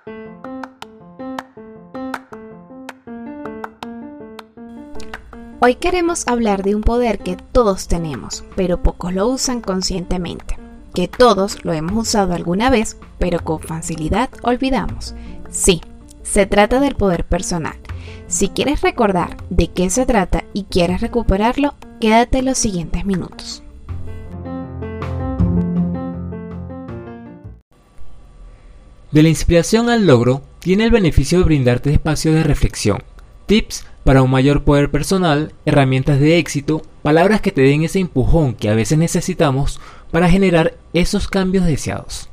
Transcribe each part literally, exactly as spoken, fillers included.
Hoy queremos hablar de un poder que todos tenemos, pero pocos lo usan conscientemente, que todos lo hemos usado alguna vez, pero con facilidad olvidamos. Sí, se trata del poder personal. Si quieres recordar de qué se trata y quieres recuperarlo, quédate los siguientes minutos. De la inspiración al logro, tiene el beneficio de brindarte espacios de reflexión, tips para un mayor poder personal, herramientas de éxito, palabras que te den ese empujón que a veces necesitamos para generar esos cambios deseados.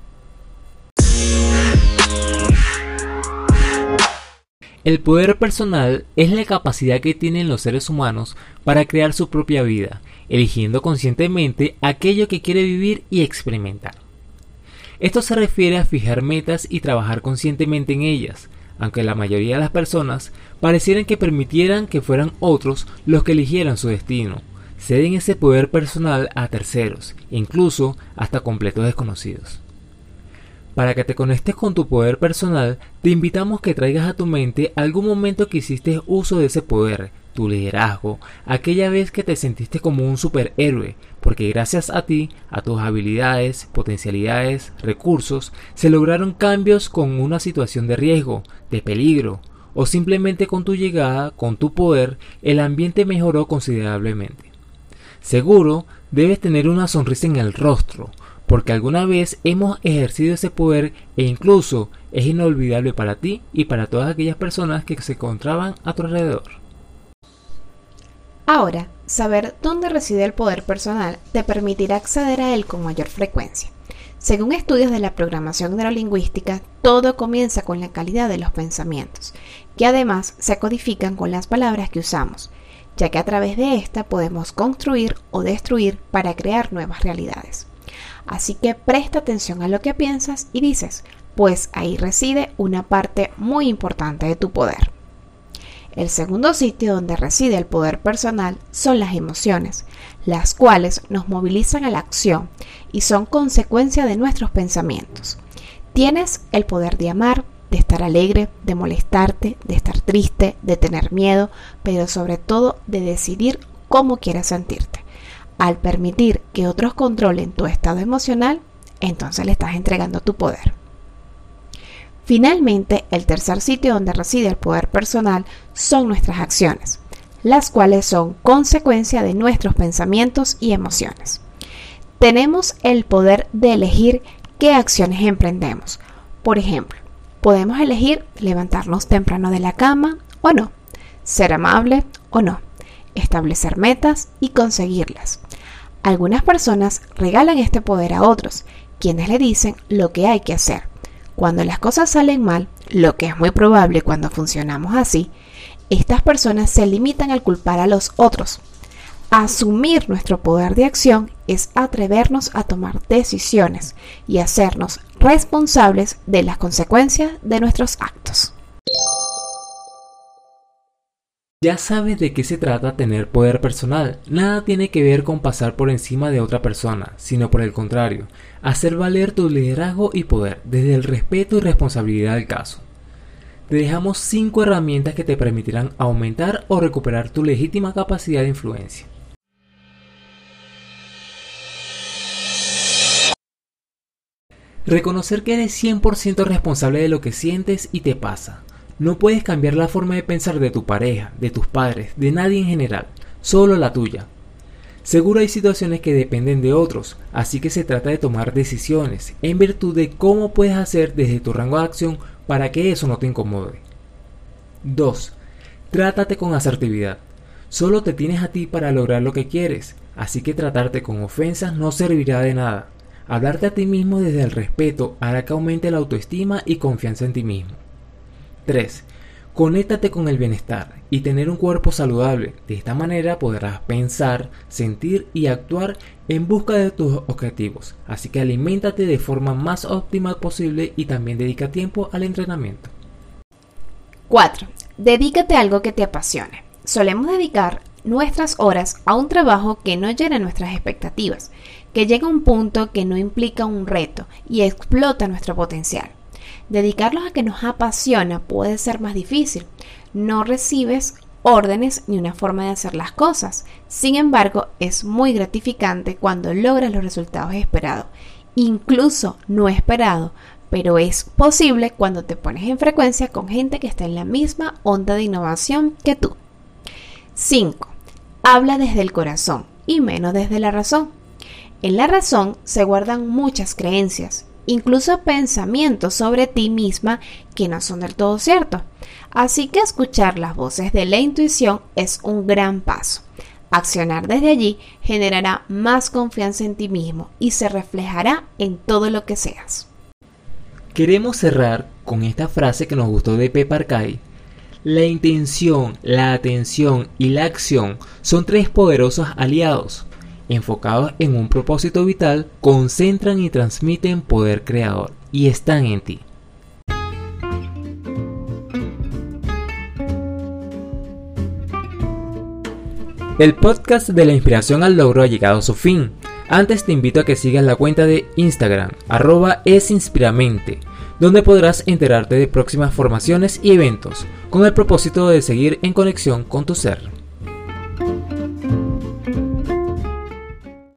El poder personal es la capacidad que tienen los seres humanos para crear su propia vida, eligiendo conscientemente aquello que quiere vivir y experimentar. Esto se refiere a fijar metas y trabajar conscientemente en ellas, aunque la mayoría de las personas parecieran que permitieran que fueran otros los que eligieran su destino, ceden ese poder personal a terceros, incluso hasta completos desconocidos. Para que te conectes con tu poder personal, te invitamos que traigas a tu mente algún momento que hiciste uso de ese poder, tu liderazgo, aquella vez que te sentiste como un superhéroe, porque gracias a ti, a tus habilidades, potencialidades, recursos, se lograron cambios con una situación de riesgo, de peligro, o simplemente con tu llegada, con tu poder, el ambiente mejoró considerablemente. Seguro, debes tener una sonrisa en el rostro, porque alguna vez hemos ejercido ese poder e incluso es inolvidable para ti y para todas aquellas personas que se encontraban a tu alrededor. Ahora, saber dónde reside el poder personal te permitirá acceder a él con mayor frecuencia. Según estudios de la programación neurolingüística, todo comienza con la calidad de los pensamientos, que además se codifican con las palabras que usamos, ya que a través de esta podemos construir o destruir para crear nuevas realidades. Así que presta atención a lo que piensas y dices, pues ahí reside una parte muy importante de tu poder. El segundo sitio donde reside el poder personal son las emociones, las cuales nos movilizan a la acción y son consecuencia de nuestros pensamientos. Tienes el poder de amar, de estar alegre, de molestarte, de estar triste, de tener miedo, pero sobre todo de decidir cómo quieres sentirte. Al permitir que otros controlen tu estado emocional, entonces le estás entregando tu poder. Finalmente, el tercer sitio donde reside el poder personal son nuestras acciones, las cuales son consecuencia de nuestros pensamientos y emociones. Tenemos el poder de elegir qué acciones emprendemos. Por ejemplo, podemos elegir levantarnos temprano de la cama o no, ser amable o no, establecer metas y conseguirlas. Algunas personas regalan este poder a otros, quienes le dicen lo que hay que hacer. Cuando las cosas salen mal, lo que es muy probable cuando funcionamos así, estas personas se limitan al culpar a los otros. Asumir nuestro poder de acción es atrevernos a tomar decisiones y hacernos responsables de las consecuencias de nuestros actos. Ya sabes de qué se trata tener poder personal. Nada tiene que ver con pasar por encima de otra persona, sino por el contrario, hacer valer tu liderazgo y poder desde el respeto y responsabilidad del caso. Te dejamos cinco herramientas que te permitirán aumentar o recuperar tu legítima capacidad de influencia. Reconocer que eres cien por ciento responsable de lo que sientes y te pasa. No puedes cambiar la forma de pensar de tu pareja, de tus padres, de nadie en general, solo la tuya. Seguro hay situaciones que dependen de otros, así que se trata de tomar decisiones en virtud de cómo puedes hacer desde tu rango de acción para que eso no te incomode. dos. Trátate con asertividad. Solo te tienes a ti para lograr lo que quieres, así que tratarte con ofensas no servirá de nada. Hablarte a ti mismo desde el respeto hará que aumente la autoestima y confianza en ti mismo. tres. Conéctate con el bienestar y tener un cuerpo saludable. De esta manera podrás pensar, sentir y actuar en busca de tus objetivos. Así que aliméntate de forma más óptima posible y también dedica tiempo al entrenamiento. cuatro. Dedícate a algo que te apasione. Solemos dedicar nuestras horas a un trabajo que no llena nuestras expectativas, que llega a un punto que no implica un reto y explota nuestro potencial. Dedicarlos a que nos apasiona puede ser más difícil. No recibes órdenes ni una forma de hacer las cosas. Sin embargo, es muy gratificante cuando logras los resultados esperados, incluso no esperados, pero es posible cuando te pones en frecuencia con gente que está en la misma onda de innovación que tú. cinco. Habla desde el corazón y menos desde la razón. En la razón se guardan muchas creencias, incluso pensamientos sobre ti misma que no son del todo ciertos. Así que escuchar las voces de la intuición es un gran paso. Accionar desde allí generará más confianza en ti mismo y se reflejará en todo lo que seas. Queremos cerrar con esta frase que nos gustó de Pepe Arcay. La intención, la atención y la acción son tres poderosos aliados. Enfocados en un propósito vital, concentran y transmiten poder creador y están en ti. El podcast de la inspiración al logro ha llegado a su fin. Antes te invito a que sigas la cuenta de Instagram, arroba esinspiramente, donde podrás enterarte de próximas formaciones y eventos, con el propósito de seguir en conexión con tu ser.